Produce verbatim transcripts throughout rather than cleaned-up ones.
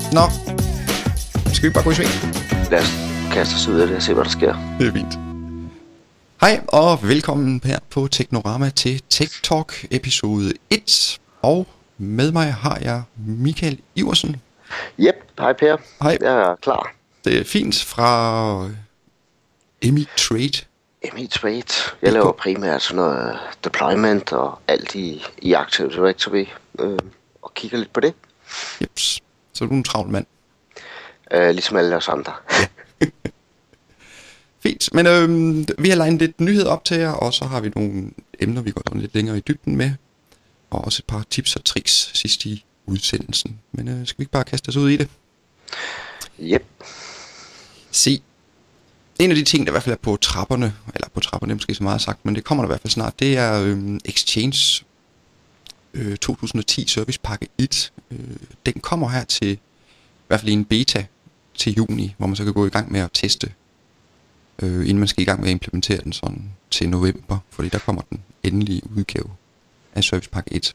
Nå, skal vi ikke bare gå i sving? Lad os kaste os ud af det og se, hvad der sker. Det er fint. Hej og velkommen her på Teknorama til Tech Talk episode et. Og med mig har jeg Michael Iversen. Yep, hej Per. Hej. Jeg er klar. Det er fint fra Emi Trade. Emi Trade. Jeg laver primært sådan noget deployment og alt i, i Active Directory. Øh, og kigger lidt på det. Jeps. Så er du en travl mand. Øh, ligesom alle os andre. Ja. Fint, men øhm, vi har legnet lidt nyheder op til jer, og så har vi nogle emner, vi går sådan lidt længere i dybden med. Og også et par tips og tricks sidst i udsendelsen. Men øh, skal vi ikke bare kaste os ud i det? Yep. Se, en af de ting, der i hvert fald er på trapperne, eller på trapperne måske så meget sagt, men det kommer der i hvert fald snart, det er øhm, Exchange øh, to tusind og ti Service Pakke et. Øh, den kommer her til, i hvert fald i en beta til juni, hvor man så kan gå i gang med at teste, øh, inden man skal i gang med at implementere den sådan til november, fordi der kommer den endelige udgave af Service Pakke et.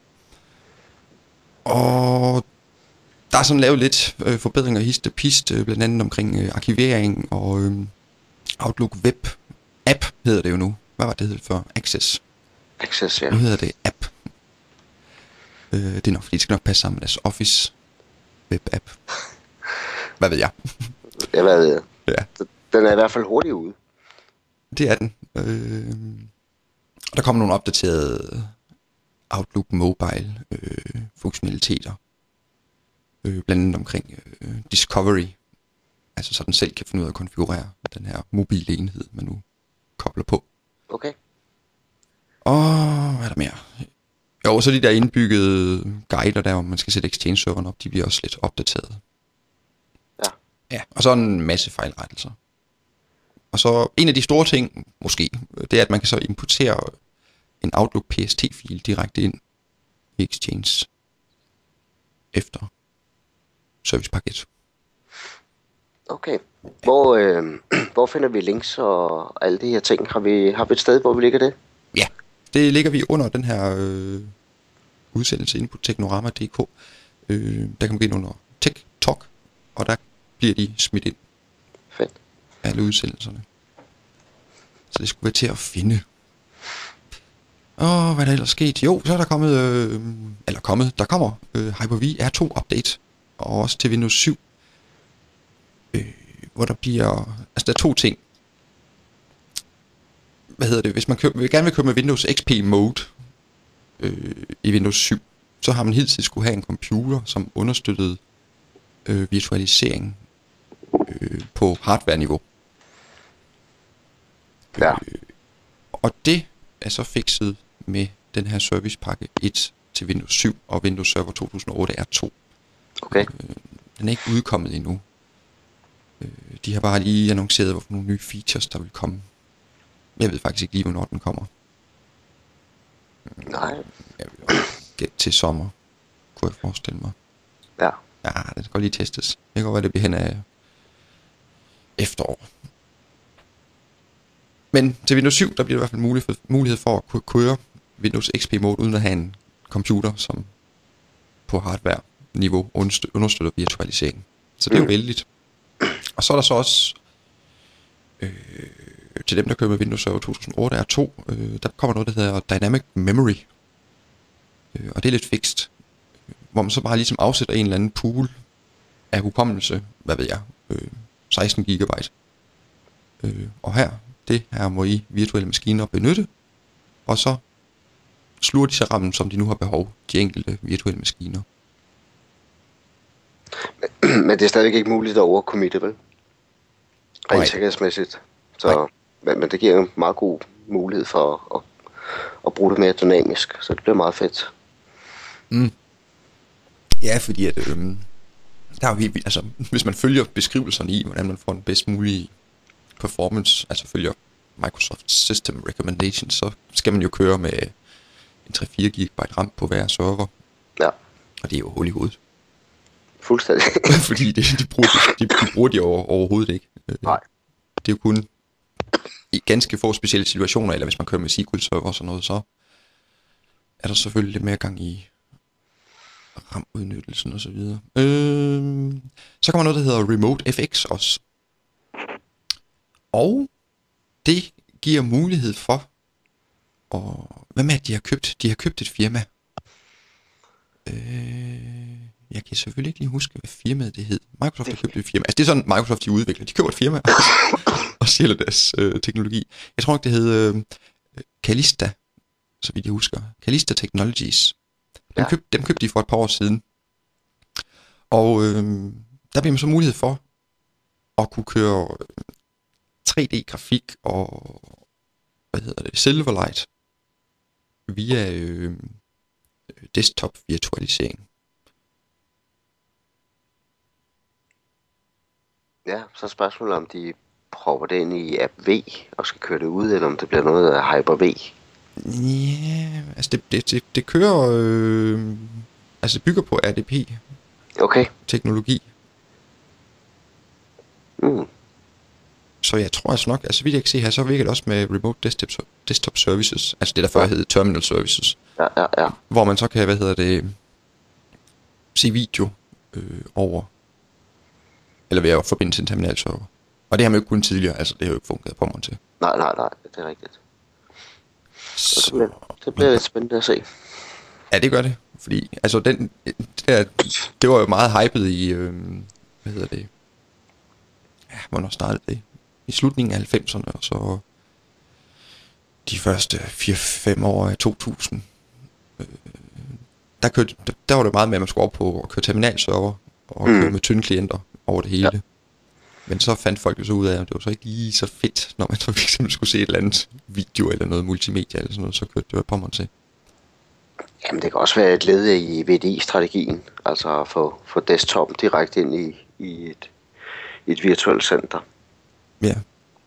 Og der er sådan lavet lidt øh, forbedringer hist og pist, øh, blandt andet omkring øh, arkivering og øh, Outlook Web App hedder det jo nu. Hvad var det hed for? Access. Access, ja. Nu hedder det App. Øh, det er nok fordi, det skal nok passe sammen med deres Office Web App. Hvad ved jeg? Ja, hvad ved jeg? Ja. Den er i hvert fald hurtig ude. Det er den. Øh, der kommer nogle opdaterede Outlook Mobile øh, funktionaliteter. Øh, blandt andet omkring øh, Discovery. Altså så den selv kan finde ud af at konfigurere den her mobile enhed, man nu kobler på. Okay. Og hvad er der mere? Jo, så de der indbyggede guider der, hvor man skal sætte Exchange-serveren op, de bliver også lidt opdateret. Ja. Ja, og så en masse fejlrettelser. Og så en af de store ting, måske, det er, at man kan så importere en Outlook P S T-fil direkte ind i Exchange efter Service Pakke et. Okay. Hvor, øh, hvor finder vi links og alle de her ting? Har vi, har vi et sted, hvor vi ligger det? Ja, det ligger vi under den her øh, udsendelse inde på teknorama punktum d k. Øh, der kan man gå ind under Tech Talk, og der bliver de smidt ind. Fedt. Alle udsendelserne. Så det skulle være til at finde. Og hvad er der ellers sket? Jo, så er der kommet, øh, eller kommet, der kommer øh, Hyper-V R to update, og også til Windows syv. Øh, hvor der bliver, altså der er to ting. Hvad hedder det? Hvis man køber, vil gerne vil køre med Windows X P mode øh, i Windows syv, så har man hidtil skulle have en computer, som understøttede øh, virtualisering øh, på hardware-niveau. Ja. Øh, og det er så fikset med den her Service Pakke et til Windows syv og Windows Server to tusind og otte R to. Okay. Øh, den er ikke udkommet endnu. Øh, de har bare lige annonceret, hvorfor nogle nye features, der vil komme. Jeg ved faktisk ikke lige, hvornår den kommer. Nej. Jeg vil også gætte til sommer, kunne jeg forestille mig. Ja. Ja, det skal godt lige testes. Det kan godt være, det bliver hen af efterår. Men til Windows syv, der bliver i hvert fald mulighed for, mulighed for at kunne køre Windows X P mode, uden at have en computer, som på hardware-niveau understøtter virtualisering. Så det er jo vældigt. Og så er der så også, øh, til dem, der kører med Windows Server to tusind og otte R to, øh, der kommer noget, der hedder Dynamic Memory. Øh, og det er lidt fikst. Hvor man så bare ligesom afsætter en eller anden pool af hukommelse, hvad ved jeg, øh, seksten gigabyte. Øh, og her, det her må I virtuelle maskiner benytte, og så sluger de så rammen, som de nu har behov, de enkelte virtuelle maskiner. Men det er stadigvæk ikke muligt at overcommitte, vel? Rent sikkerhedsmæssigt. Så, men, men det giver en meget god mulighed for at, at bruge det mere dynamisk, så det bliver meget fedt. Mm. Ja, fordi at, øhm, der er jo, altså, hvis man følger beskrivelserne i, hvordan man får den bedst mulige performance, altså følger Microsoft System Recommendations, så skal man jo køre med en tre til fire gigabyte RAM på hver server. Ja. Og det er jo hul i hovedet. Fuldstændig. Fordi det, de, bruger, de, de bruger de over, overhovedet ikke. Nej. Det er jo kun i ganske få specielle situationer, eller hvis man kører med S Q L-server og sådan noget, så er der selvfølgelig lidt mere gang i RAM-udnyttelsen og så videre. Øh, så kommer noget, der hedder Remote F X også. Og det giver mulighed for, og hvad med at de har købt? De har købt et firma. Øh, jeg kan selvfølgelig ikke lige huske, hvad firmaet det hed. Microsoft har købt et firma. Altså det er sådan, Microsoft de udvikler. De køber et firma og sælger deres øh, teknologi. Jeg tror ikke, det hed øh, Calista, så vidt jeg husker. Calista Technologies. Dem, ja. køb, dem købte de for et par år siden. Og øh, der bliver man så mulighed for at kunne køre tre D-grafik og hvad hedder det, Silverlight via øh, desktop virtualisering. Ja, så er spørgsmålet om de propper det ind i app V og skal køre det ud, eller om det bliver noget af Hyper-V. Ja, altså det, det, det, det kører, øh, altså det bygger på R D P. Okay. Teknologi. Mm. Så jeg tror altså nok, altså vidt jeg kan se her, så virker det også med Remote Desktop, desktop Services, altså det der før hed Terminal Services. Ja, ja, ja. Hvor man så kan, hvad hedder det, se video øh, over, eller ved at forbinde til en terminalserver. Og det har man jo ikke kunnet tidligere, altså det har jo ikke fungeret på mig til. Nej, nej, nej, det er rigtigt. Så, det bliver, det bliver lidt spændende at se. Ja, det gør det, fordi altså den, det, der, det var jo meget hypet i, øh, hvad hedder det, ja, hvornår startede det? I slutningen af halvfemserne, og så de første fire fem år af to tusind. Øh, der, kørte, der, der var det meget med, at man skulle op på at køre terminalserver og mm. køre med tynde klienter over det hele. Ja. Men så fandt folk jo så ud af, at det var så ikke lige så fedt, når man så fx skulle se et eller andet video eller noget multimedia eller sådan noget, så kørte det på mig til. Jamen det kan også være et led i V D I-strategien, altså at få, få desktopen direkte ind i, i et, i et virtuelt center. Ja.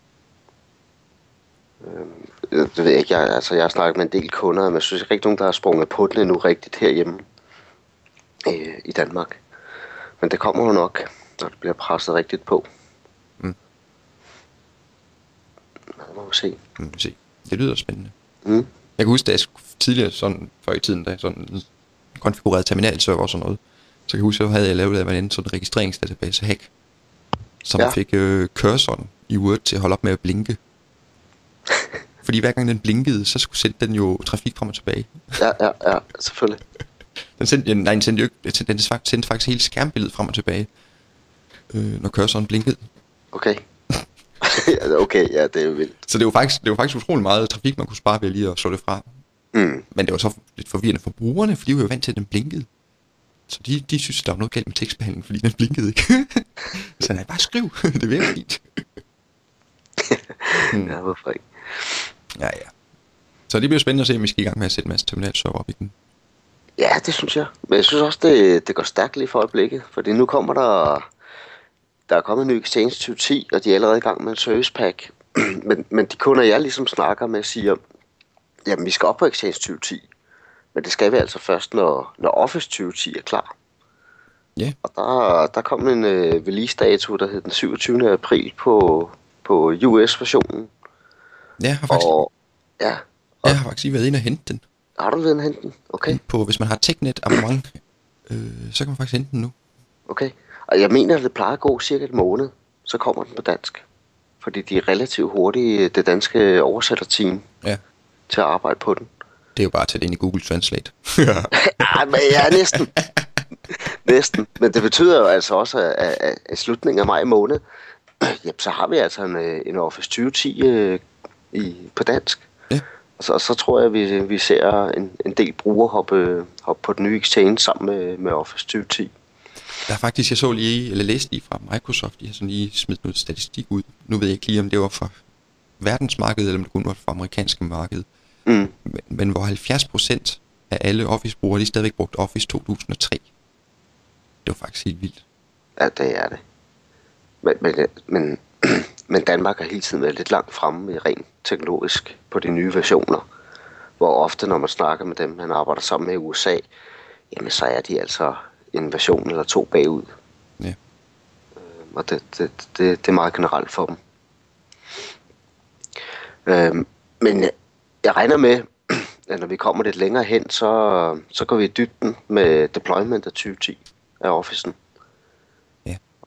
Øhm, det ved jeg ikke, jeg, altså jeg har snakket med en del kunder, men jeg synes ikke rigtig nogen, der har sprunget på den endnu rigtigt herhjemme øh, i Danmark. Men det kommer jo nok, når det bliver presset rigtigt på. Mm. Det må vi se. Mm, se. Det lyder spændende. Mm. Jeg kan huske, da jeg tidligere, sådan før i tiden, da jeg sådan konfigurerede terminalserver og sådan noget, så kan jeg huske, at havde jeg lavet af en sådan registreringsdatabase hack, som ja. fik øh, cursoren i Word til at holde op med at blinke. Fordi hver gang den blinkede, så skulle sende den jo trafik frem og tilbage. Ja, ja, ja, selvfølgelig. Den sendte, nej, den sendte jo ikke, den sendte faktisk hele skærmbilledet frem og tilbage, øh, når cursoren blinkede. Okay. Okay, ja, det er jo vildt. Så det var faktisk, det var faktisk utrolig meget trafik, man kunne spare ved lige at slå det fra. Mm. Men det var så lidt forvirrende for brugerne, for de var jo vant til, at den blinkede. Så de, de synes, der var noget galt med tekstbehandling, fordi den blinkede ikke. Så nej, bare skriv. Det virker fint. hmm. Ja, hvorfor ikke? Ja, ja. Så det bliver spændende at se, om vi skal i gang med at sætte en masse terminalserver op i den. Ja, det synes jeg. Men jeg synes også, det, det går stærkt lige for øjeblikket. Fordi nu kommer der... Der er kommet en ny Exchange tyve ti, og de er allerede i gang med en service pack. men, men de kunder, jeg ligesom snakker med, siger, jamen vi skal op på Exchange tyve ti. Men det skal vi altså først, når, når Office tyve ti er klar. Ja. Yeah. Og der, der kom en uh, release-dato, der hed den syvogtyvende april på, på U S-versionen. Ja, jeg har faktisk, og, ja, og, jeg har faktisk lige været inde og hente den. Har du været inde og hente den? Okay. På, hvis man har TechNet abonnement, øh, så kan man faktisk hente den nu. Okay. Og jeg mener, at det plejer at gå cirka et måned, så kommer den på dansk. Fordi de er relativt hurtige, det danske oversætterteam, ja. til at arbejde på den. Det er jo bare at tage det ind i Google Translate. Ej, men ja, næsten. Næsten. Men det betyder jo altså også, at, at, at slutningen af maj måned, jamen, så har vi altså en, en Office tyve ti øh, i, på dansk. Ja. Og så, så tror jeg, at vi, vi ser en, en del brugere hoppe, hoppe på den nye Exchange sammen med, med Office tyve ti. Der er faktisk, jeg så lige, eller læste lige fra Microsoft, de har sådan lige smidt noget statistik ud. Nu ved jeg ikke lige, om det var fra verdensmarkedet, eller om det kun var fra amerikanske marked. Mm. Men, men hvor halvfjerds procent af alle Office-brugere, de stadigvæk brugt Office to tusind og tre. Det var faktisk helt vildt. Ja, det er det. Men, men, men, men Danmark har hele tiden været lidt langt fremme rent teknologisk på de nye versioner. Hvor ofte, når man snakker med dem, man arbejder sammen med i U S A, jamen så er de altså en version eller to bagud. Ja. Øhm, og det, det, det, det er meget generelt for dem. Øhm, men jeg, jeg regner med, at når vi kommer lidt længere hen, så, så går vi i dybden med deployment af tyve ti af Office'en.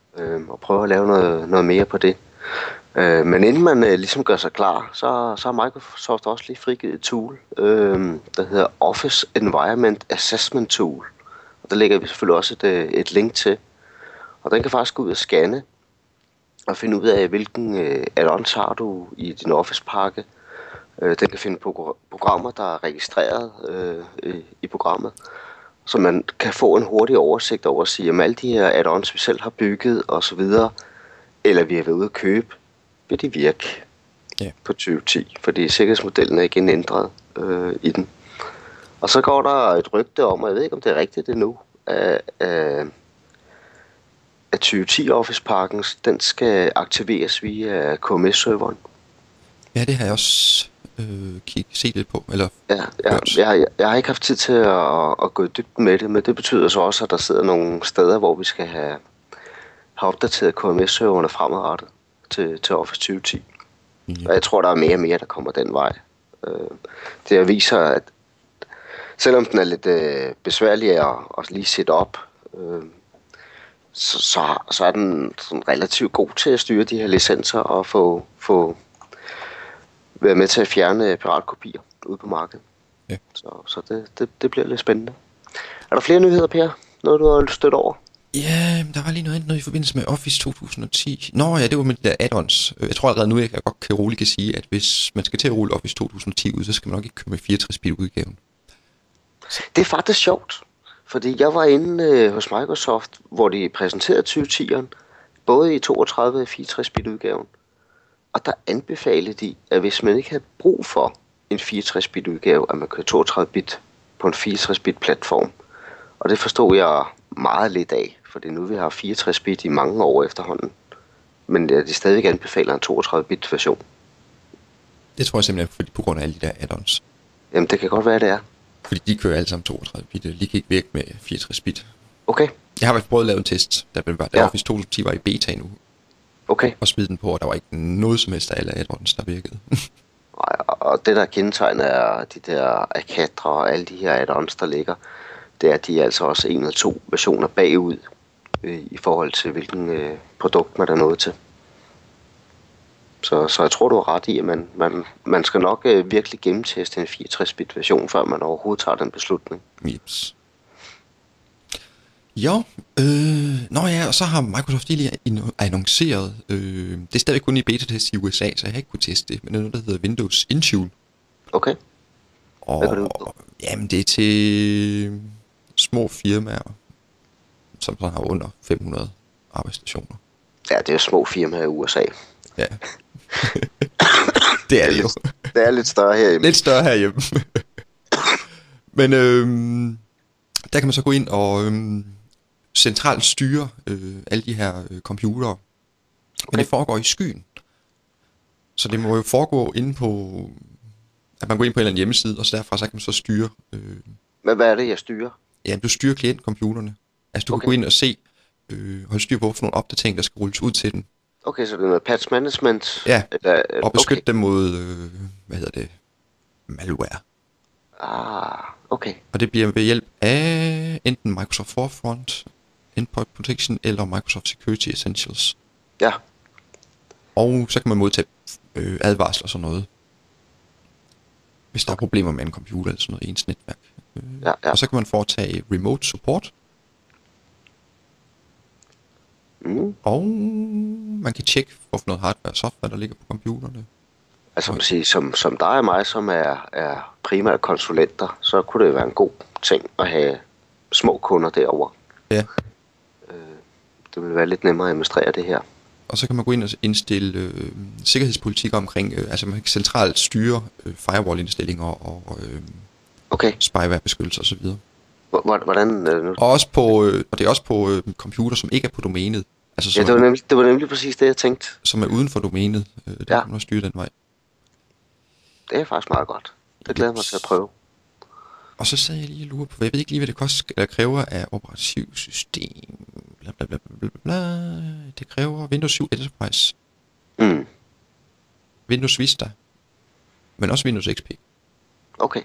øh, og prøve at lave noget, noget mere på det. Øh, men inden man øh, ligesom gør sig klar, så, så har Microsoft også lige frigivet et tool, øh, der hedder Office Environment Assessment Tool. Og der lægger vi selvfølgelig også et, øh, et link til. Og den kan faktisk gå ud og scanne og finde ud af, hvilken øh, add-ons har du i din Office-pakke. Øh, den kan finde på programmer, der er registreret øh, i, i programmet, så man kan få en hurtig oversigt over at sige, om alle de her add-ons, vi selv har bygget osv., eller vi har været ude at købe, vil de virke Ja. på tyve ti, fordi sikkerhedsmodellen er igen ændret øh, i den. Og så går der et rygte om, og jeg ved ikke, om det er rigtigt endnu, at, at, at tyve ti Office-pakken, den skal aktiveres via K M S-serveren. Ja, det har jeg også øh, kig, set lidt på, eller Ja, ja hørt. jeg, jeg, jeg har ikke haft tid til at, at gå i dybden med det, men det betyder så også, at der sidder nogle steder, hvor vi skal have, have opdateret K M S-serverne fremadrettet til, til Office tyve ti. Ja. Og jeg tror, der er mere og mere, der kommer den vej. Øh, det viser, at selvom den er lidt øh, besværlig at, at lige sætte op, øh, så, så, så er den sådan relativt god til at styre de her licenser og få, få være med til at fjerne piratkopier ude på markedet. Ja. Så, så det, det, det bliver lidt spændende. Er der flere nyheder, Per? Noget, du har stødt over? Ja, der var lige noget, noget i forbindelse med Office to tusind og ti. Nå ja, det var med de der add-ons. Jeg tror allerede nu, jeg kan godt kan roligt kan sige, at hvis man skal til at rulle Office to tusind og ti ud, så skal man nok ikke købe med fireogtres bit udgaven. Det er faktisk sjovt, fordi jeg var inde øh, hos Microsoft, hvor de præsenterede tyve ti'eren, både i toogtredive og fireogtres bit udgaven. Og der anbefalede de, at hvis man ikke havde brug for en fireogtres bit udgave, at man kører toogtredive bit på en fireogtres bit platform. Og det forstod jeg meget lidt af, fordi nu vi har fireogtres bit i mange år efterhånden. Men de stadigvæk anbefaler en toogtredive bit version. Det tror jeg simpelthen, fordi på grund af alle de der add-ons. Jamen det kan godt være, det er. Fordi de kører alle sammen toogtredive bit, de kan ikke virke med fireogtres bit. Okay. Jeg har prøvet at lave en test, da, da Ja. Office to tusind og ti var i beta nu, Okay. og smide den på, og der var ikke noget som helst af alle add-ons, der virkede. Og det der kendetegner er de der Akadra og alle de her add-ons, der ligger, det er, at de er altså også en eller to versioner bagud øh, i forhold til, hvilken øh, produkt man er nået til. Så, så jeg tror, du har ret i, at man, man, man skal nok øh, virkelig gennemteste en fireogtres bit version, før man overhovedet tager den beslutning. Jeps. Jo, øh, nå ja, og så har Microsoft lige annonceret, øh, det er stadig kun i beta-test i U S A, så jeg har ikke kunnet teste det, men det er noget, der hedder Windows Intune. Okay. Hvad går det ud på? Og jamen, det er til små firmaer, som så har under fem hundrede arbejdsstationer. Ja, det er jo små firmaer i U S A. Ja. Det er det jo. Det er lidt større herhjemme. Lidt større herhjemme. Men øh, der kan man så gå ind og øh, centralt styre øh, alle de her øh, computere. Men Okay. det foregår i skyen. Så det må jo foregå inde på, at man går ind på en eller anden hjemmeside, og så derfra så kan man så styre. Øh, Men hvad er det, jeg styrer? ja, du styrer klientcomputerne. Altså du Okay. kan gå ind og se, øh, holde styr på, hvilke nogle opdateringer, der skal rulles ud til den. Okay, så det er noget patch management? Ja, Eller, øh, og beskytte okay. dem mod, øh, hvad hedder det, malware. Ah, okay. Og det bliver ved hjælp af enten Microsoft Forefront, Endpoint Protection eller Microsoft Security Essentials. Ja, Og så kan man modtage øh, advarsler og sådan noget, hvis der er problemer med en computer eller sådan noget i ens netværk. Øh, ja, ja. Og så kan man foretage remote support, Mm. og man kan tjekke, hvorfor noget hardware og software, der ligger på computerne. Altså man siger, som, som dig og mig, som er, er primært konsulenter, så kunne det være en god ting at have små kunder derovre. Ja. Det ville være lidt nemmere at administrere det her. Og så kan man gå ind og indstille øh, sikkerhedspolitikker omkring, øh, altså man kan centralt styre øh, firewall-indstillinger og øh, Okay, spyware-beskyttelse osv. Hvor- hvor- hvordan... Øh, nu? Og også på, øh, og det er også på øh, computer, som ikke er på domænet, altså Ja, som, det var, er, nemlig, det var nemlig præcis det, jeg tænkte. som er uden for domænet. Øh, der Ja. kan man også styre den vej. Det er faktisk meget godt. Det glæder jeg mig til at prøve. Og så sad jeg lige og lurer på, jeg ved ikke lige, hvad det koster, eller kræver af operativsystem. Bla, bla, bla, bla, bla, bla. Det kræver Windows syv Enterprise, Mm. Windows Vista, men også Windows X P. Okay.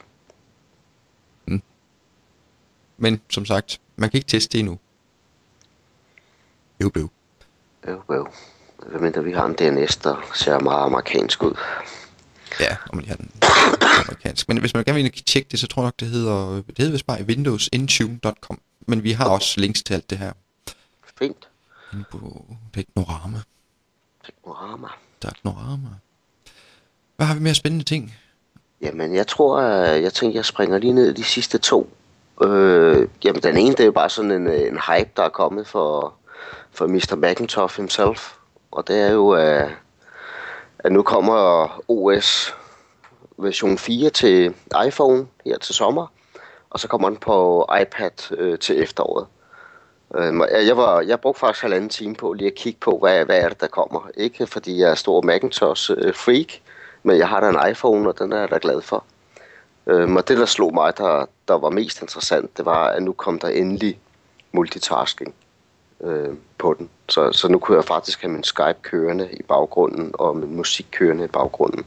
Men som sagt, man kan ikke teste det endnu. Bøv, bøv. Jo, jo. Hvad mindre vi har en D N S, der ser meget amerikansk ud. Ja, om de har den amerikansk. Men hvis man gerne vil tjekke det, så tror jeg nok, det hedder, det hedder vist bare windows intune punktum com. Men vi har også links til alt det her. Fint. Inde på Teknorama. Teknorama. Teknorama. Hvad har vi mere spændende ting? Jamen, jeg tror, at jeg tænker, jeg springer lige ned i de sidste to. Øh, jamen, den ene, det er jo bare sådan en, en hype, der er kommet for, for mister Macintosh himself. Og det er jo, at, at nu kommer O S version fire til iPhone her til sommer. Og så kommer den på iPad øh, til efteråret. Øh, jeg, var, jeg brugte faktisk halvanden time på lige at kigge på, hvad, hvad er det, der kommer. Ikke fordi jeg er stor Macintosh-freak, øh, men jeg har da en iPhone, og den er jeg da glad for. Øh, og det, der slog mig, der, der var mest interessant, det var, at nu kom der endelig multitasking øh, på den. Så, så nu kunne jeg faktisk have min Skype kørende i baggrunden, og min musik kørende i baggrunden.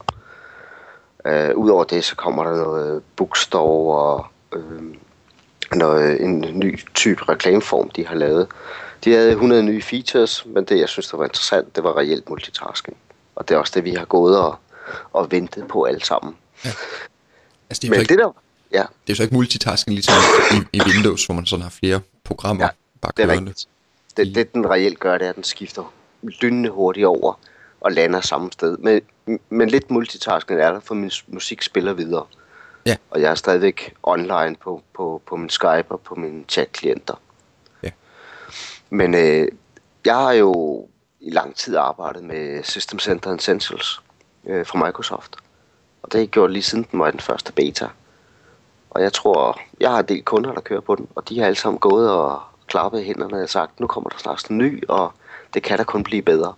Øh, Udover det, så kommer der noget bookstore og øh, noget, en ny type reklameform, de har lavet. De havde hundrede nye features, men det, jeg synes, der var interessant, det var reelt multitasking. Og det er også det, vi har gået og, og ventet på alle sammen. Ja. Altså, det er men ikke, det der, ja. Det er så ikke multitasking ligesom i, i Windows, hvor man sådan har flere programmer ja, bare kørende. Det, det, det, den reelt gør, det er, at den skifter lynende hurtigt over og lander samme sted. Men, men lidt multitasking er der, for min musik spiller videre. Ja. Og jeg er stadigvæk online på, på, på min Skype og på mine chat-klienter. Ja. Men øh, jeg har jo i lang tid arbejdet med System Center Essentials øh, fra Microsoft. Og det har jeg gjort lige siden den var den første beta. Og jeg tror, jeg har en del kunder, der kører på den. Og de har alle sammen gået og klappet i hænderne og sagt, nu kommer der snart en ny, og det kan da kun blive bedre.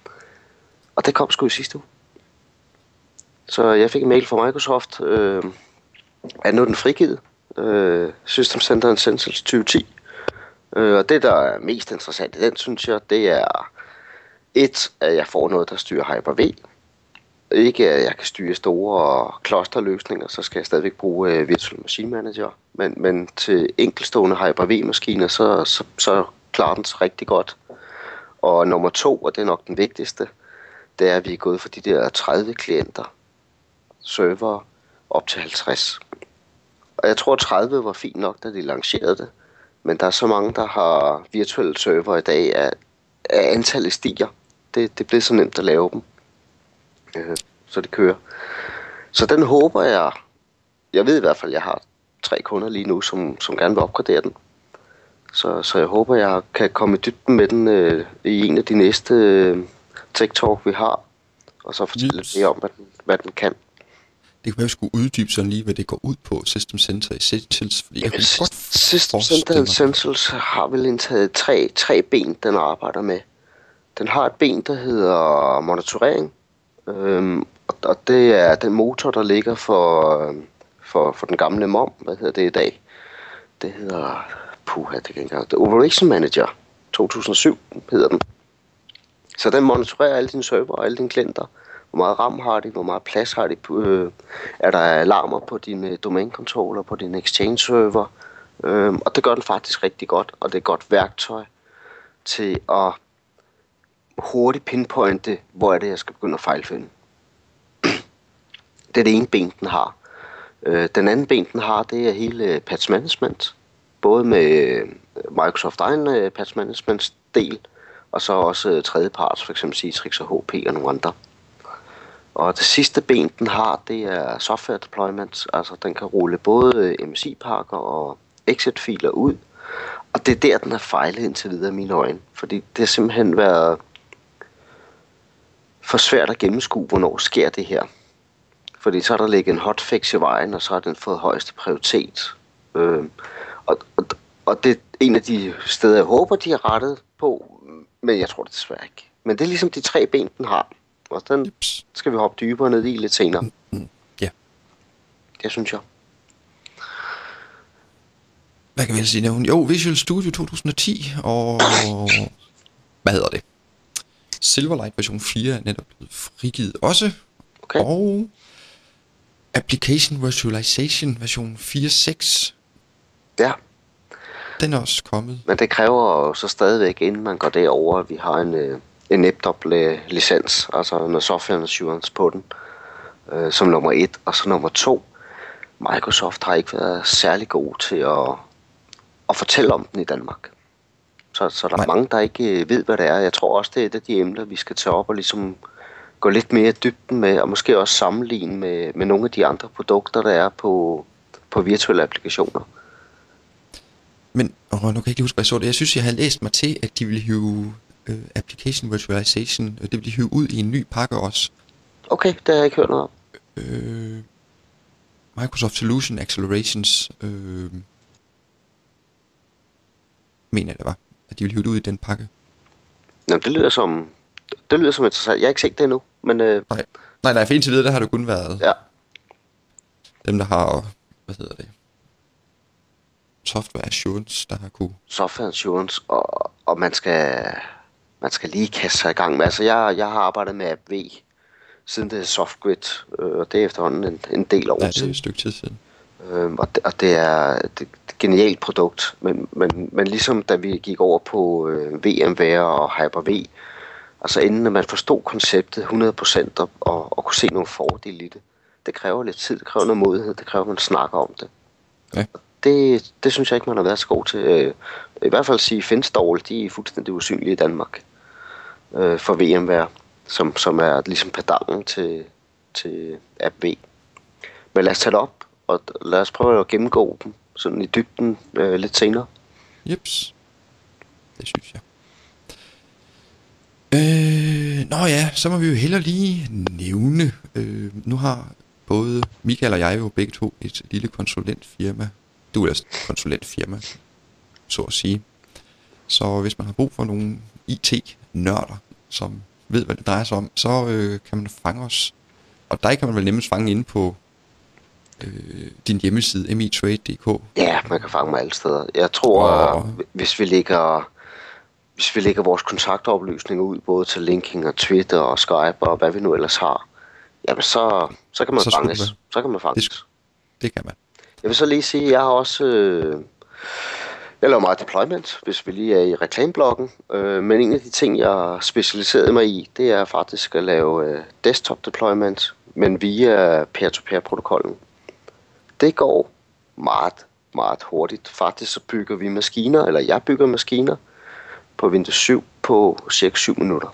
Og det kom sgu i sidste uge. Så jeg fik en mail fra Microsoft, øh, at nu er den frigivet. Øh, System Center Essentials tyve ti. Øh, og det, der er mest interessant i den, synes jeg, det er et, at jeg får noget, der styrer Hyper-V. Ikke at jeg kan styre store clusterløsninger, så skal jeg stadigvæk bruge uh, Virtual Machine Manager. Men, men til enkeltstående Hyper-V-maskiner, så, så, så klarer den sig rigtig godt. Og nummer to, og det er nok den vigtigste, det er, at vi er gået fra de der tredive klienter, server, op til halvtreds. Og jeg tror, at tredive var fint nok, da de lancerede det. Men der er så mange, der har virtuelle server i dag, at, at antallet stiger. Det, det bliver så nemt at lave dem. Øh, så det kører. Så den håber jeg, jeg ved i hvert fald, at jeg har tre kunder lige nu, som, som gerne vil opgradere den. Så, så jeg håber, jeg kan komme i dybden med den øh, i en af de næste øh, Tech Talk, vi har. Og så fortælle lidt mere om, hvad den, hvad den kan. Det kan være, at vi skulle uddybe sådan lige, hvad det går ud på, System Center Essentials. Fordi jeg kan S- godt System Center Essentials har vel indtaget tre, tre ben, den arbejder med. Den har et ben, der hedder monitorering. Øhm, og, og det er den motor, der ligger for, for, for den gamle mom. Hvad hedder det i dag? Det hedder... Puha, det kan ikke engang. The Operation Manager to tusind og syv hedder den. Så den monitorerer alle dine server og alle dine klienter. Hvor meget RAM har de, hvor meget plads har de. Øh, er der alarmer på dine domænekontroller, på din Exchange server. Øh, og det gør den faktisk rigtig godt, og det er et godt værktøj til at hurtigt pinpointe, hvor er det, jeg skal begynde at fejlfinde. Det er det ene ben, den har. Øh, den anden ben, den har, det er hele patch management. Både med Microsoft egen patch management del, og så også tredjeparts, for eksempel Citrix og H P og nogle andre. Og det sidste ben, den har, det er software deployment. Altså, den kan rulle både M S I-pakker og exit-filer ud. Og det er der, den har fejlet indtil videre i mine øjne. Fordi det har simpelthen været for svært at gennemskue, hvornår sker det her. Fordi så er der ligget en hotfix i vejen, og så har den fået højeste prioritet. Øh, og, og, og det er en af de steder, jeg håber, de har rettet på, men jeg tror det desværre ikke. Men det er ligesom de tre ben, den har. Og den skal vi hoppe dybere ned i lidt senere. Mm, mm, yeah. Det synes jeg. Hvad kan vi ellers sige nævne? Jo, Visual Studio to tusind og ti, og hvad hedder det? Silverlight version fire er netop blevet frigivet også. Okay. Og Application Virtualization version fire punkt seks. Ja. Den er også kommet. Men det kræver jo så stadigvæk, inden man går derover, at vi har en, en NetDoc-licens, altså noget software assurance på den, øh, som nummer et. Og så nummer to, Microsoft har ikke været særlig god til at, at fortælle om den i Danmark. Så, så der er Nej. mange, der ikke ved, hvad det er. Jeg tror også, det er et af de emner, vi skal tage op og ligesom gå lidt mere i dybden med, og måske også sammenligne med, med nogle af de andre produkter, der er på, på virtuelle applikationer. Men åh, nu kan jeg ikke lige huske, hvad jeg så det. Jeg synes, jeg havde læst mig til, at de ville hive uh, application virtualization, uh, det ville de hive ud i en ny pakke også. Okay, det har jeg ikke hørt noget om. Uh, Microsoft Solution Accelerations, uh, mener jeg det var, at de ville hive det ud i den pakke. Jamen, det lyder som, det lyder som interessant. Jeg har ikke set det endnu, men... Øh, Nej, nej, nej, for indtil videre, der har det kun været ja. dem, der har, hvad hedder det, software assurance, der har kunne... Software assurance, og, og man skal man skal lige kaste sig i gang med. Altså, jeg, jeg har arbejdet med AppV, siden det er SoftGrid, øh, og det er efterhånden en, en del år Ja, det er siden. et stykke tid siden. Øh, og, det, og det er det, et genialt produkt, men, men, men ligesom da vi gik over på øh, VMware og Hyper-V, altså inden man forstod konceptet hundrede procent og, og, og kunne se nogle fordele i det, det kræver lidt tid, det kræver noget modighed, det kræver, at man snakker om det. Ja. Det, det synes jeg ikke, man har været så god til. Øh, I hvert fald sige, Finstall, de er fuldstændig usynlige i Danmark øh, for VMware, som, som er ligesom pedalen til, til AppV. Men lad os tage det op, og lad os prøve at gennemgå dem sådan i dybden øh, lidt senere. Jeps. Det synes jeg. Øh, nå ja, så må vi jo heller lige nævne, øh, nu har både Michael og jeg jo begge to et lille konsulentfirma. Du er et konsulentfirma, så at sige. Så hvis man har brug for nogle I T-nørder, som ved, hvad det drejer sig om, så øh, kan man fange os. Og der kan man vel nemmest fange inde på øh, din hjemmeside, m i trade punktum d k. Ja, man kan fange mig alle steder. Jeg tror, Og- hvis vi lægger... Hvis vi lægger vores kontaktoplysninger ud, både til LinkedIn og Twitter og Skype og hvad vi nu ellers har, jamen så, så kan man Så skulle fanges. det være. Så kan man fanges. Det, det kan man. Jeg vil så lige sige, at jeg har også... Øh, jeg laver meget deployment, hvis vi lige er i reklameblokken. Øh, men en af de ting, jeg specialiserede mig i, det er faktisk at lave øh, desktop deployment, men via peer-to-peer-protokollen. Det går meget, meget hurtigt. Faktisk så bygger vi maskiner, eller jeg bygger maskiner, på Windows syv på cirka syv minutter.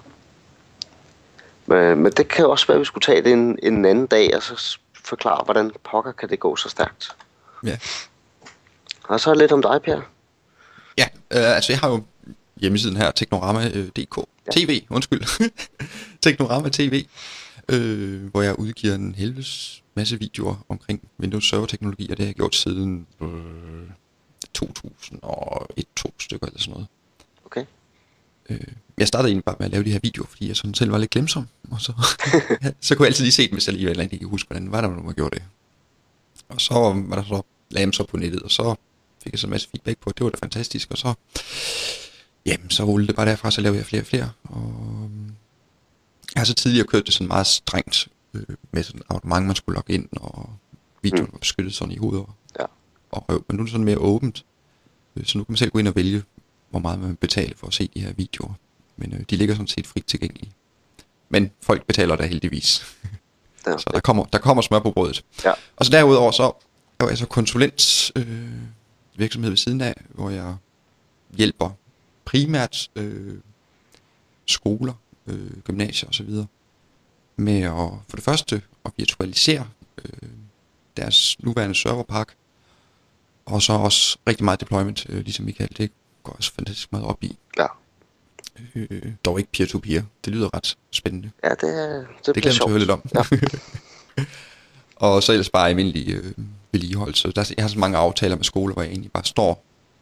Men, men det kan også være, at vi skulle tage det en, en anden dag, og så forklare, hvordan pokker kan det gå så stærkt. Ja. Og så lidt om dig, Per. Ja, øh, altså jeg har jo hjemmesiden her, teknorama punktum d k. Ja. T V, undskyld. Teknorama T V, øh, hvor jeg udgiver en helvedes masse videoer omkring Windows Server teknologi, og det har jeg gjort siden øh, to tusind og et to stykker eller sådan noget. Okay. Øh, jeg startede egentlig bare med at lave de her videoer, fordi jeg sådan selv var lidt glemsom, og så, så kunne jeg altid lige se dem, hvis jeg lige eller andet ikke huske, hvordan var der, når man gjorde det. Og så var der så, lagde jeg dem så på nettet, og så fik jeg så en masse feedback på, at det var da fantastisk, og så, jamen, så rullede det bare derfra, så lavede jeg flere og flere, og jeg har så tidligere kørt det sådan meget strengt, øh, med sådan abonnement, man skulle logge ind, og videoen var beskyttet sådan i hovedet, Ja. og røv, men nu er det sådan mere åbent, øh, så nu kan man selv gå ind og vælge, hvor meget man vil betale for at se de her videoer, men øh, de ligger sådan set frit tilgængelige, men folk betaler der heldigvis. Ja. Så der kommer, der kommer smør på brødet. Ja. Og så derudover så er jeg så konsulent øh, virksomhed ved siden af, hvor jeg hjælper primært øh, skoler, øh, gymnasier osv. med at for det første at virtualisere øh, deres nuværende serverpark, og så også rigtig meget deployment, øh, ligesom Michael, det går også fantastisk meget op i. Ja. Øh, dog ikke peer-to-peer. Det lyder ret spændende. Ja, det, det, Det bliver glemte jeg sjovt. at høre lidt om. Ja. Og så ellers bare almindelig øh, vedligeholdelse. Der, jeg har så mange aftaler med skoler, hvor jeg egentlig bare står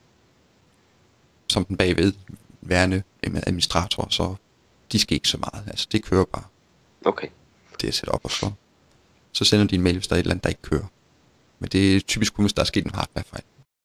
som den bagved værende administrator, så de skal ikke så meget. Altså det kører bare. Okay. Det er sat op, og så, så sender de en mail, hvis der er et eller andet, der ikke kører. Men det er typisk kun, hvis der er sket en hardwarefejl.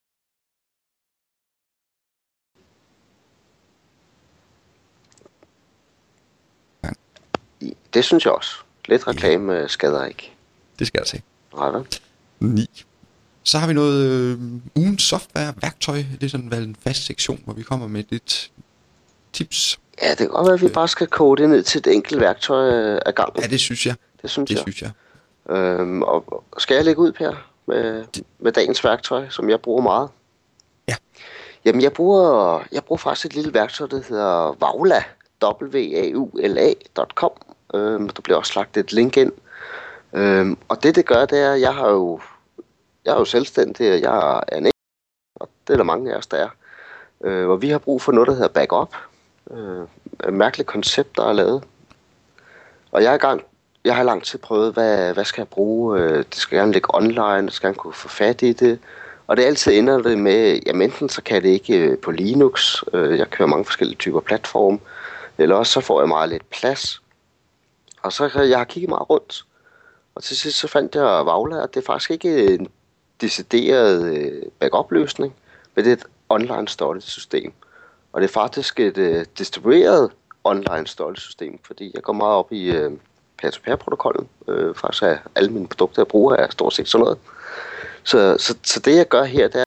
Det synes jeg også. Lidt reklame ja. skader ikke. Det skal jeg se. Nej, vel? ni. Så har vi noget øh, ugens software, værktøj. Det er sådan valgt en fast sektion, hvor vi kommer med lidt tips Ja, det kan godt være, at vi bare skal kode det ned til et enkelt værktøj af gangen. Ja, det synes jeg. Det synes det jeg. Synes jeg. Øhm, og skal jeg lægge ud, Per, med, med dagens værktøj, som jeg bruger meget? Ja. Jamen, jeg bruger, jeg bruger faktisk et lille værktøj, der hedder Vaula, w a u l a punktum com. Øhm, der bliver også lagt et link ind. Øhm, og det, det gør, det er, jeg har jo, jeg er jo selvstændig, og jeg er en og det er der mange af os, der er. Øh, og vi har brug for noget, der hedder backup. Øh, et mærkeligt koncept, der er lavet. Og jeg er i gang. Jeg har lang tid prøvet, hvad, hvad skal jeg bruge? Øh, det skal gerne ligge online, det skal gerne kunne få fat i det. Og det altid ender det med, jamen enten så kan det ikke på Linux. Øh, jeg kører mange forskellige typer platform. Eller også så får jeg meget lidt plads. Og så jeg har kigget meget rundt. Og til sidst så fandt jeg Vaula, at det er faktisk ikke en decideret backup-løsning, men det er et online storage system. Og det er faktisk et uh, distribueret online storage system, fordi jeg går meget op i uh, peer to peer protokollen. Uh, faktisk er alle mine produkter, jeg bruger, er stort set sådan noget. Så, så, så det jeg gør her, det er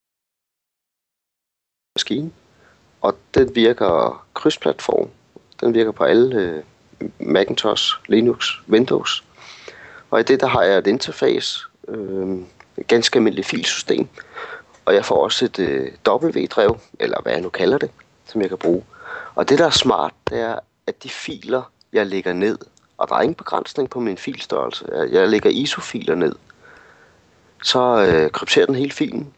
maskinen, og den virker krydsplatform. Den virker på alle uh, Macintosh, Linux, Windows. Og i det der har jeg et interface, øh, et ganske almindeligt filsystem. Og jeg får også et øh, W-drev, eller hvad jeg nu kalder det, som jeg kan bruge. Og det der er smart, det er, at de filer, jeg lægger ned, og der er ingen begrænsning på min filstørrelse. Jeg lægger I S O-filer ned. Så øh, krypterer den hele filen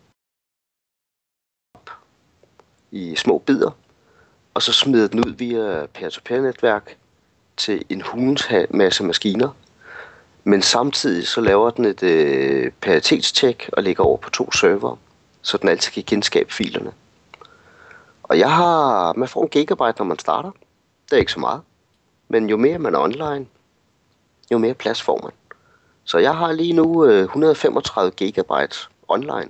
i små bidder, og så smider den ud via peer-to-peer-netværk til en hulens masse maskiner. Men samtidig så laver den et øh, paritetstjek og lægger over på to server, så den altid kan genskabe filerne. Og jeg har, man får en gigabyte, når man starter. Det er ikke så meget. Men jo mere man er online, jo mere plads får man. Så jeg har lige nu øh, et hundrede og femogtredive gigabyte online.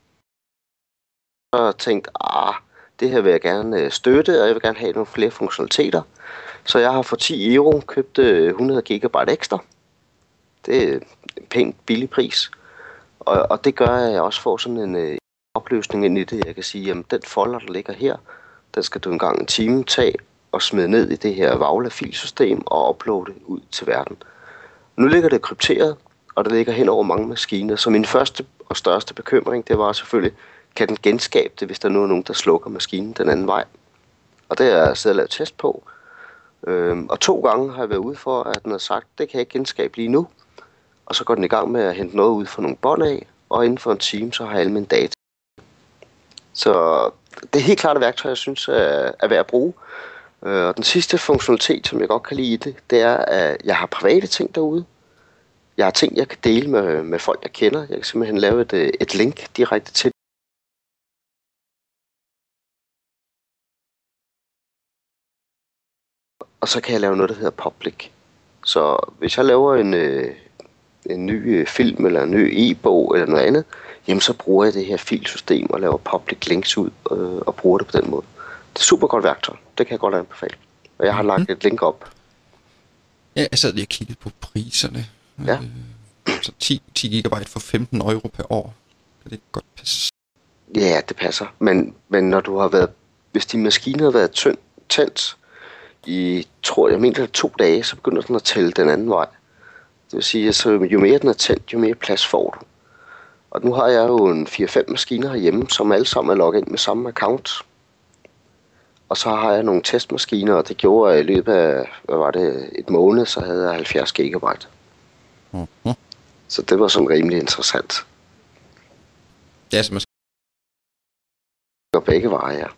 Så har jeg tænkt, ah, det her vil jeg gerne øh, støtte, og jeg vil gerne have nogle flere funktionaliteter. Så jeg har for ti euro købt øh, hundrede gigabyte ekstra. Det er en pænt billig pris. Og, og det gør, at jeg også får sådan en øh, opløsning ind i det. Jeg kan sige, at den folder, der ligger her, den skal du engang en time tage og smide ned i det her Vaula-filsystem og uploade ud til verden. Nu ligger det krypteret, og det ligger hen over mange maskiner. Så min første og største bekymring, det var selvfølgelig, kan den genskabe det, hvis der nu er nogen, der slukker maskinen den anden vej. Og det har jeg siddet og lavet test på. Øhm, og to gange har jeg været ude for, at den har sagt, det kan jeg ikke genskabe lige nu. Og så går den i gang med at hente noget ud fra nogle bånd af, og inden for en time, så har jeg alle mine data. Så det er helt klart et værktøj, jeg synes er værd at bruge. Og den sidste funktionalitet, som jeg godt kan lide i det, det er, at jeg har private ting derude. Jeg har ting, jeg kan dele med, med folk, jeg kender. Jeg kan simpelthen lave et, et link direkte til. Og så kan jeg lave noget, der hedder public. Så hvis jeg laver en, en ny film eller en ny e-bog eller noget andet, jamen så bruger jeg det her filsystem og laver public links ud øh, og bruger det på den måde. Det er super godt værktøj. Det kan jeg godt anbefale. Og jeg har lagt et link op. Ja, jeg sad lige og kiggede på priserne. Ja. Øh, så ti gigabyte for femten euro per år. Kan det godt passe? Ja, det passer. Men, men når du har været, hvis din maskine har været tynd, tændt i, tror jeg, mener det to dage, så begynder den at tælle den anden vej. Det vil sige, at så jo mere den er tændt, jo mere plads får du. Og nu har jeg jo en fire fem maskiner herhjemme, som alle sammen er logget ind med samme account. Og så har jeg nogle testmaskiner, og det gjorde jeg i løbet af, hvad var det, et måned, så havde jeg halvfjerds gigabyte. Mm-hmm. Så det var sådan rimelig interessant. Ja, så man skal gå begge veje, ja.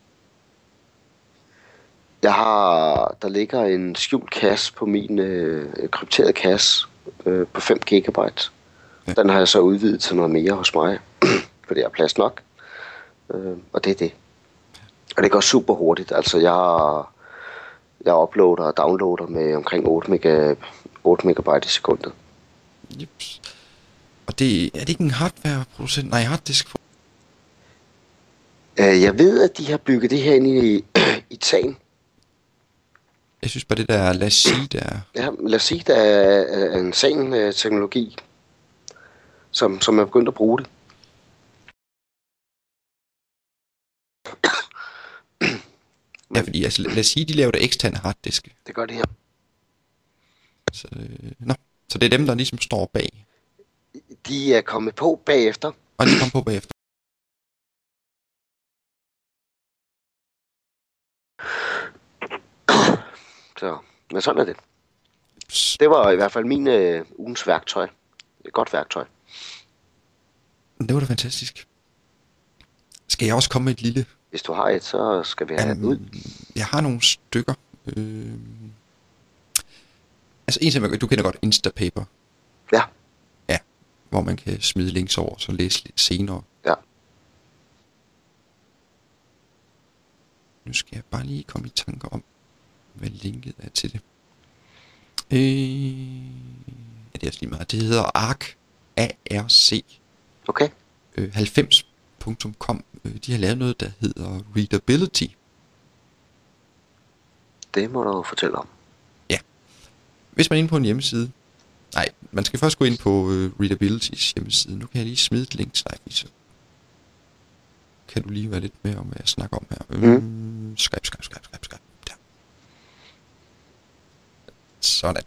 Jeg har, der ligger en skjult kasse på min øh, krypterede kasse øh, på fem gigabyte. Ja. Den har jeg så udvidet til noget mere hos mig, fordi jeg har plads nok. Øh, og det er det. Og det går super hurtigt. Altså jeg, jeg uploader og downloader med omkring otte megabyte i sekundet. Jeps. Og det, er det ikke en hardwareproducent? Nej, harddisk. Øh, jeg ved, at de har bygget det her ind i, i tagen. Jeg synes bare, det der, lad os sige, der er... Ja, lad os sige, der er en sen teknologi, som, som er begyndt at bruge det. Men, ja, fordi altså, lad os sige, de laver der eksterne harddisk. Det gør det her. Så, øh, nå. Så det er dem, der ligesom står bag. De er kommet på bagefter. Og de kom på bagefter. Så, men sådan er det. Det var i hvert fald min øh, ugens værktøj. Et godt værktøj. Det var da fantastisk. Skal jeg også komme med et lille... Hvis du har et, så skal vi have um, det ud. Jeg har nogle stykker. Øh... Altså en som du kender godt, Instapaper. Ja. Ja, hvor man kan smide links over, så læse lidt senere. Ja. Nu skal jeg bare lige komme i tanker om, hvad linket er til det. Øh... Ja, det er også lige meget. Det hedder Arc. A R C. Okay. Øh, halvfems punktum com. Øh, de har lavet noget, der hedder Readability. Det må du fortælle om. Ja. Hvis man er inde på en hjemmeside... Nej, man skal først gå ind på øh, Readabilitys hjemmeside. Nu kan jeg lige smide et link til dig, så kan du lige være lidt mere om, hvad jeg snakker om her. Mm. Øh, Skype, Skype, Skype, Skype, Skype. Der. Sådan.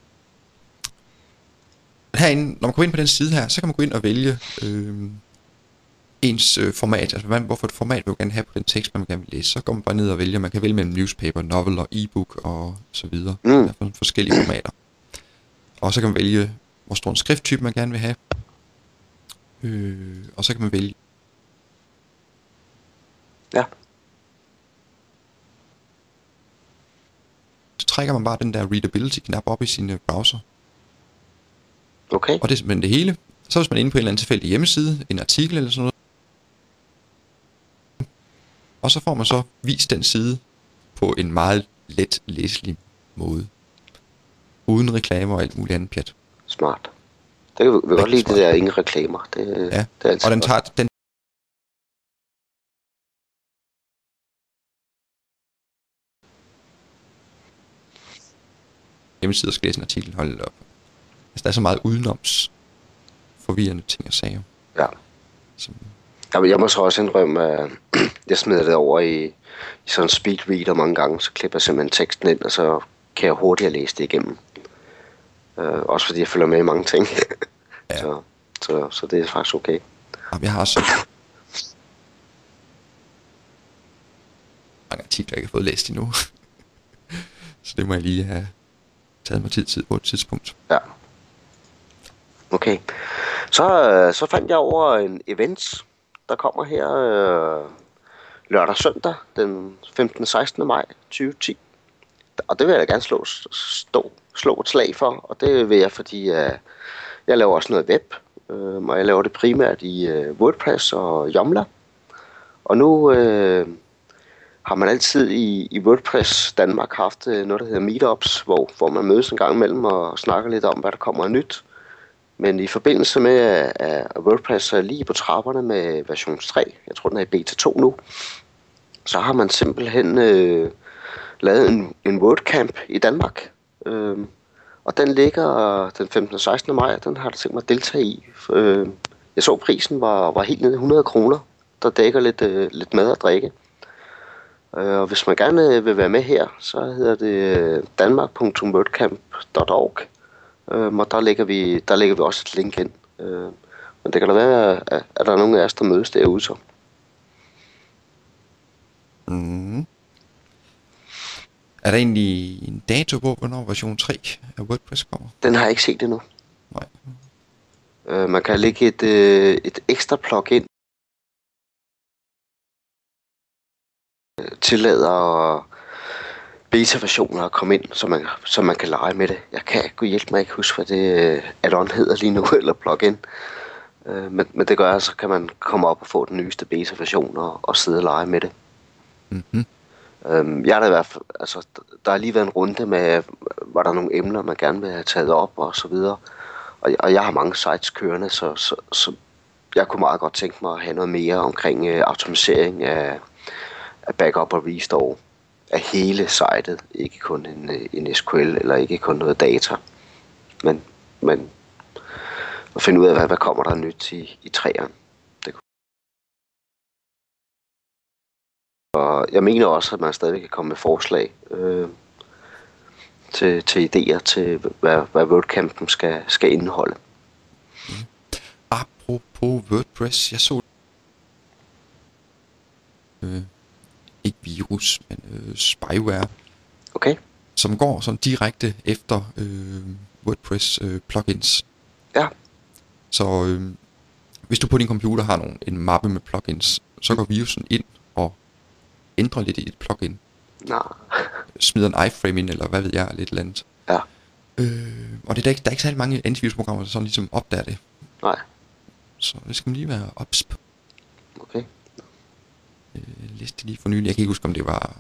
Herinde, når man går ind på den side her, så kan man gå ind og vælge øh, ens øh, format. Altså, man, hvorfor et format vil man gerne have på den tekst, man gerne vil læse. Så går man bare ned og vælger. Man kan vælge mellem newspaper, novel og e-book og så videre. Mm. Der er forskellige formater. Og så kan man vælge, hvor stor en skrifttype man gerne vil have. Øh, og så kan man vælge. Ja. Så trækker man bare den der readability-knap op i sin browser. Okay. Og det er simpelthen det hele. Så hvis man er inde på en eller anden tilfældig hjemmeside, en artikel eller sådan noget, og så får man så vist den side på en meget let læselig måde. Uden reklamer og alt muligt andet pjat. Smart. Det kan vi, vi godt lide det der ingen reklamer. Det, ja, det er og den tager den hjemmeside og skal læse en artikel, hold op. Altså, der er så meget udenoms forvirrende ting og sager. Ja. Som... Jamen, jeg må så også indrømme, at jeg smider det over i, i sådan en speedreader mange gange, så klipper jeg simpelthen teksten ind, og så kan jeg hurtigere læse det igennem. Uh, også fordi jeg følger med i mange ting. Ja. så, så, så det er faktisk okay. Jamen, jeg har så mange artikler, jeg ikke har fået læst endnu. Så det må jeg lige have taget mig tid til på et tidspunkt. Ja. Okay. Så, så fandt jeg over en event, der kommer her øh, lørdag og søndag, den femtende og sekstende maj tyve ti. Og det vil jeg da gerne slå, stå, slå et slag for, og det vil jeg, fordi øh, jeg laver også noget web, øh, og jeg laver det primært i øh, WordPress og Joomla. Og nu øh, har man altid i, i WordPress Danmark haft øh, noget, der hedder Meetups, hvor, hvor man mødes en gang imellem og snakker lidt om, hvad der kommer af nyt. Men i forbindelse med, at WordPress er lige på trapperne med version tre, jeg tror den er i beta to nu, så har man simpelthen øh, lavet en, en WordCamp i Danmark. Øh, og den ligger den femtende og sekstende maj, den har jeg tænkt mig at deltage i. Øh, jeg så prisen var, var helt nede i hundrede kroner, der dækker lidt, øh, lidt mad og drikke. Øh, og hvis man gerne vil være med her, så hedder det danmark punktum wordcamp punktum org. Øh, og der lægger, vi, der lægger vi også et link ind. Øh, men det kan da være, at, at der er nogen af os, der mødes derude så. Mm. Er der egentlig en dato på, hvornår version tre af WordPress kommer? Den har jeg ikke set endnu. Nej. Øh, man kan lægge et, øh, et ekstra plugin. Tillader beta-versioner at komme ind, så man, så man kan lege med det. Jeg kan ikke hjælpe mig ikke huske, hvad det add-on hedder lige nu, eller plugin. Øh, men, men det gør, så kan man komme op og få den nyeste beta-version og, og sidde og lege med det. Mm-hmm. Øhm, jeg har da i hvert fald, altså, der har lige været en runde med, var der nogle emner, man gerne vil have taget op og så videre. Og, og jeg har mange sites kørende, så, så, så jeg kunne meget godt tænke mig at have noget mere omkring øh, automatisering af, af backup og restore af hele sitet, ikke kun en, en S Q L eller ikke kun noget data, men, men at finde ud af, hvad, hvad kommer der nyt i, i træerne. Det Og jeg mener også, at man stadig kan komme med forslag øh, til, til idéer til, hvad, hvad WordCampen skal, skal indeholde. Mm. Apropos WordPress, jeg så øh, ikke virus, men øh, spyware, okay, som går sådan direkte efter øh, WordPress øh, plugins. Ja. Så øh, hvis du på din computer har nogle, en mappe med plugins, så går virusen ind og ændrer lidt i et plugin. Nå. Smider en iframe ind, eller hvad ved jeg, lidt eller andet. Ja. Øh, og det er der, ikke, der er ikke særlig mange antivirusprogrammer, der sådan ligesom opdager det. Nej. Så det skal man lige være ops på. Okay. Øh, læste lige for nylig. Jeg kan ikke huske, om det var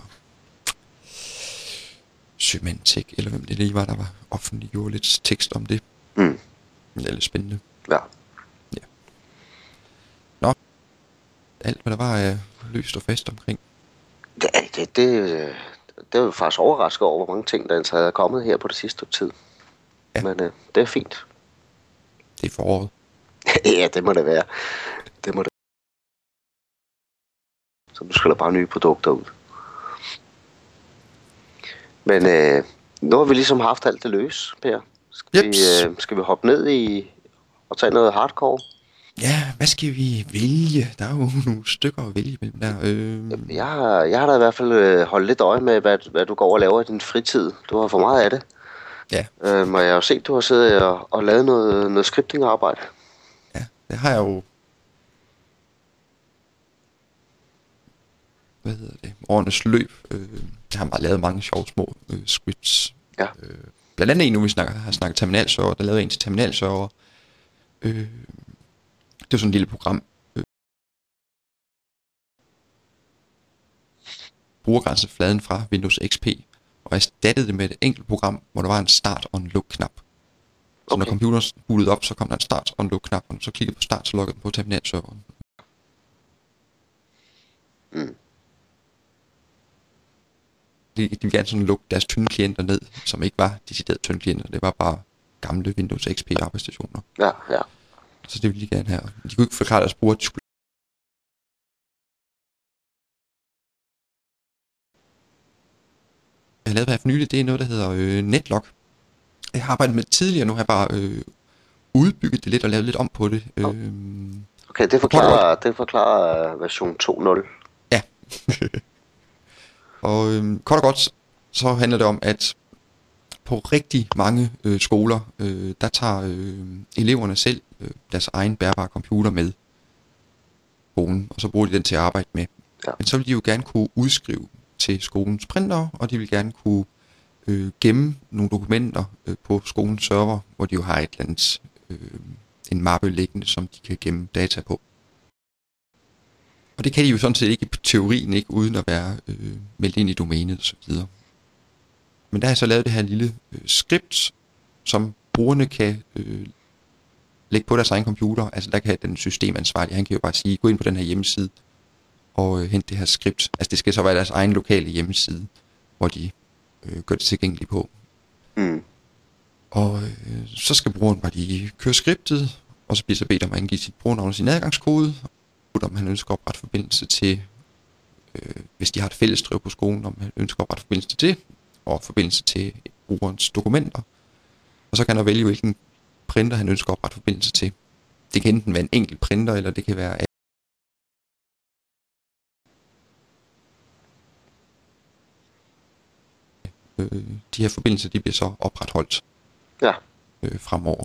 Symantec, eller hvem det lige var, der var offentliggjort lidt tekst om det. Mm. Det er lidt spændende. Ja. Ja. Nå. Alt, hvad der var, er løst og fast omkring. Det, det, det, det er jo faktisk overrasket over, hvor mange ting, der er kommet her på det sidste stykke tid. Ja. Men øh, det er fint. Det er foråret. Ja, det må det være. Det må det. Så du skal der bare nye produkter ud. Men øh, nu har vi ligesom haft alt det løs, Per. Skal, vi, øh, skal vi hoppe ned i og tage noget hardcore? Ja, hvad skal vi vælge? Der er jo nogle stykker at vælge mellem der. Øh... Jeg, har, jeg har da i hvert fald holdt lidt øje med, hvad, hvad du går og laver i din fritid. Du har for meget af det. Ja. Øh, og jeg har jo set, du har siddet og, og lavet noget, noget scripting-arbejde. Ja, det har jeg jo. Hvad hedder det? Årenes løb. Øh, jeg har bare lavet mange sjove små øh, scripts. Ja. Øh, blandt andet en, nu vi snakker, har snakket terminalserver. Der lavede en til terminalserver. Øh, det var sådan et lille program. Øh, brugergrænsefladen fra Windows X P. Og erstattede det med et enkelt program, hvor der var en start og en luk-knap. Så okay. Når computeren bootede op, så kom der en start og en luk-knap. Og så klikkede på start, så lukkede den på terminalserveren. Mm. De, de ville gerne sådan lukke deres tynde klienter ned, som ikke var deciderede tynde klienter. Det var bare gamle Windows X P arbejdsstationer. Ja, ja. Så det ville de gerne have. De kunne ikke forklare deres brugere, at de skulle. Jeg har lavet her for nylig, det er noget, der hedder øh, Netlog. Jeg har arbejdet med det tidligere, nu har jeg bare øh, udbygget det lidt og lavet lidt om på det. Øh, okay, det forklarer, det forklarer version to punkt nul. Ja. Og øh, kort og godt, så handler det om, at på rigtig mange øh, skoler, øh, der tager øh, eleverne selv øh, deres egen bærbare computer med skolen, og så bruger de den til at arbejde med. Ja. Men så vil de jo gerne kunne udskrive til skolens printer, og de vil gerne kunne øh, gemme nogle dokumenter øh, på skolens server, hvor de jo har et eller andet, øh, en mappe liggende, som de kan gemme data på. Og det kan de jo sådan set ikke på teorien, ikke uden at være øh, meldt ind i domænet og så videre. Men der har jeg så lavet det her lille øh, script, som brugerne kan øh, lægge på deres egen computer. Altså der kan den systemansvarlige, han kan jo bare sige, gå ind på den her hjemmeside og øh, hente det her script. Altså det skal så være deres egen lokale hjemmeside, hvor de øh, gør det tilgængeligt på. Mm. Og øh, så skal brugeren bare lige køre skriptet, og så bliver så bedt om at angive sit brugernavn og sin adgangskode, om han ønsker at oprette forbindelse til, øh, hvis de har et fælles drev på skolen, om han ønsker at oprette forbindelse til det, og forbindelse til brugerens dokumenter. Og så kan han vælge, hvilken printer han ønsker at oprette forbindelse til. Det kan enten være en enkelt printer, eller det kan være øh, de her forbindelser, de bliver så opretholdt ja. øh, fremover.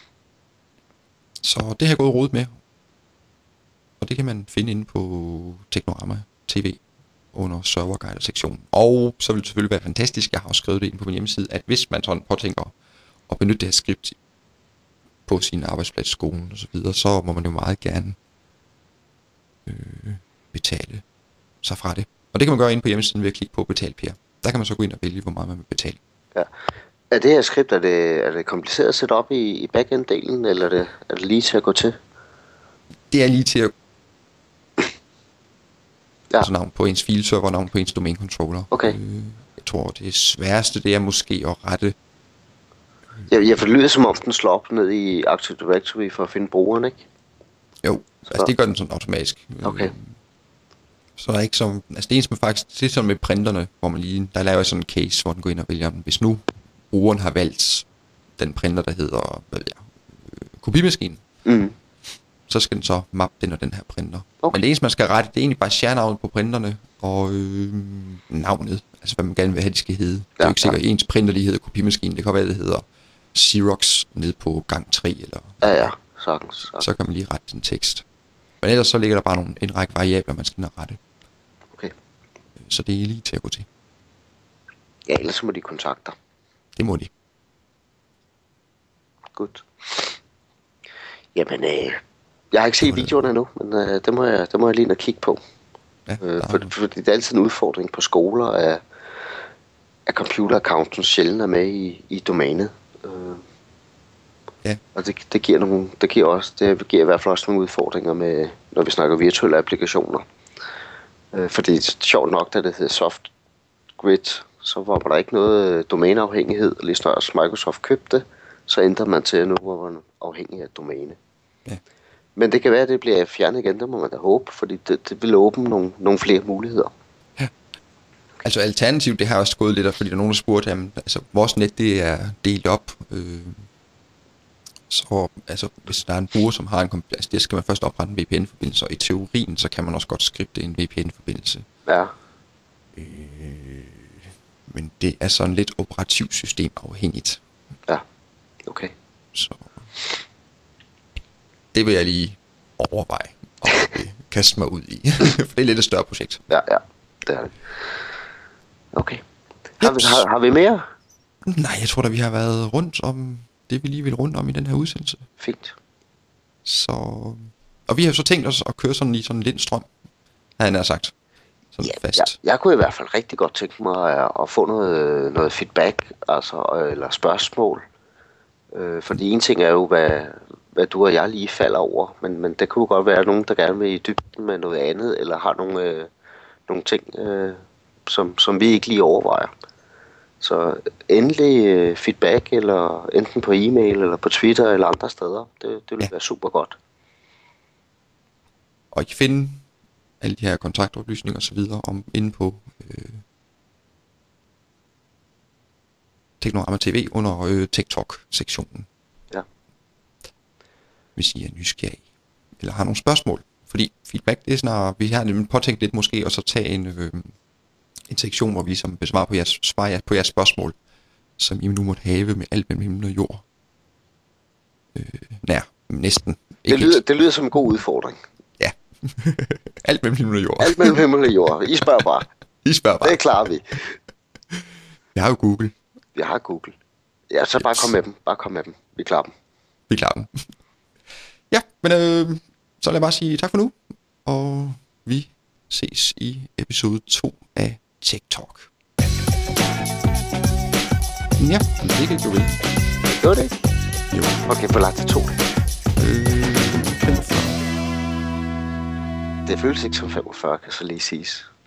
Så det har jeg gået rodet med. Og det kan man finde inde på Teknorama T V under serverguider-sektionen. Og så vil det selvfølgelig være fantastisk, jeg har også skrevet det ind på min hjemmeside, at hvis man sådan påtænker at benytte det her skript på sin arbejdsplads, skolen osv., så må man jo meget gerne øh, betale sig fra det. Og det kan man gøre inde på hjemmesiden ved at klikke på Betal Per. Der kan man så gå ind og vælge, hvor meget man vil betale. Ja. Er det her skript, er det, er det kompliceret at sætte op i, i backend-delen, eller er det, er det lige til at gå til? Det er lige til at ja. Altså navn på ens fileserver, navn på ens domain controller. Okay. Øh, jeg tror, det sværeste, det er måske at rette. Jeg, jeg lyder som om, den slår op ned i Active Directory for at finde brugeren, ikke? Jo, så. Altså det gør den sådan automatisk. Okay. Øh, Så er der ikke som, altså det eneste man faktisk, det er sådan med printerne, hvor man lige, der laver sådan en case, hvor den går ind og vælger den. Hvis nu brugeren har valgt den printer, der hedder, hvad ved jeg, kopimaskinen, mm. så skal den så mappe den og den her printer. Okay. Men det eneste man skal rette, det er egentlig bare share-navnet på printerne, og øh, navnet, altså hvad man gerne vil have, de skal hedde. Ja, det er jo ikke sikkert, at ens printer lige hedder kopimaskinen, det kan være, det hedder Xerox nede på gang tre, eller... Ja, ja, sagtens. sagtens. Så kan man lige rette den tekst. Men ellers så ligger der bare nogle, en række variabler, man skal rette. Okay. Så det er lige til at gå til. Ja, ellers så må de kontakte. Det må de. Godt. Jamen, øh, jeg har ikke set videoerne endnu, men øh, det, må jeg, det må jeg lige ind og kigge på. Ja, øh, for, for det er altid en udfordring på skoler, at, at computeraccounten sjældent er med i, i domænet. Øh, ja. Og det, det, giver nogle, det, giver også, det giver i hvert fald også nogle udfordringer, med, når vi snakker virtuelle applikationer. Øh, fordi sjovt nok, da det hedder SoftGrid, så var der ikke noget domæneafhængighed. Lige snart Microsoft købte, så ændrer man til nu, hvor man er afhængig af domæne. Ja. Men det kan være, at det bliver fjernet igen, det må man da håbe, fordi det, det vil åbne nogle, nogle flere muligheder. Ja. Altså alternativt, det har også gået lidt af, fordi der er nogen, der spurgte, jamen, altså vores net, det er delt op. Øh, så altså, hvis der er en bruger, som har en, altså det skal man først oprette en V P N-forbindelse, og i teorien, så kan man også godt skripte en V P N-forbindelse. Ja. Øh, men det er sådan lidt operativsystem afhængigt. Ja, okay. Så det vil jeg lige overveje og kaste mig ud i. For det er lidt et større projekt. Ja, ja, det er det. Okay. Har, vi, har, har vi mere? Nej, jeg tror da, vi har været rundt om det, vi lige vil rundt om i den her udsendelse. Fint. Så... Og vi har så tænkt os at køre sådan i sådan en lindstrøm, har han sagt. Sådan ja, fast. Jeg, jeg kunne i hvert fald rigtig godt tænke mig at, at få noget, noget feedback, altså, eller spørgsmål. Øh, for det ene ting er jo, hvad, hvad du og jeg lige falder over, men, men det kunne godt være nogen, der gerne vil i dybden med noget andet, eller har nogle, øh, nogle ting, øh, som, som vi ikke lige overvejer. Så endelig øh, feedback, eller enten på e-mail, eller på Twitter, eller andre steder. Det, det vil ja. være super godt. Og I kan finde alle de her kontaktoplysninger og så videre om inde på øh, Teknorama T V under øh, TikTok-sektionen. Ja. Hvis I er nysgerrige eller har nogle spørgsmål. Fordi feedback, det er sådan, vi har nemlig påtænkt lidt måske, og så tage en, øh, en sektion, hvor vi ligesom besvarer på jeres, svarer på jeres spørgsmål, som I nu måtte have med alt mellem himmel og jord. Øh, nær, næsten. Det lyder, det lyder som en god udfordring. Ja. Alt mellem himmel og jord. Alt mellem himmel og jord. I spørger bare. I spørger bare. Det klarer vi. Vi har jo Google. Vi har Google. Ja, så bare kom med dem. Bare kom med dem. Vi klarer dem. Vi klarer dem. Ja, men øh, så lad jeg bare sige tak for nu. Og vi ses i episode to af TikTok. Ja, det kan du vel. Gjorde det ikke? Jo. Okay, hvor langt det tog det? Øh, femogfyrre. Det føles ikke som femogfyrre, kan så lige siges.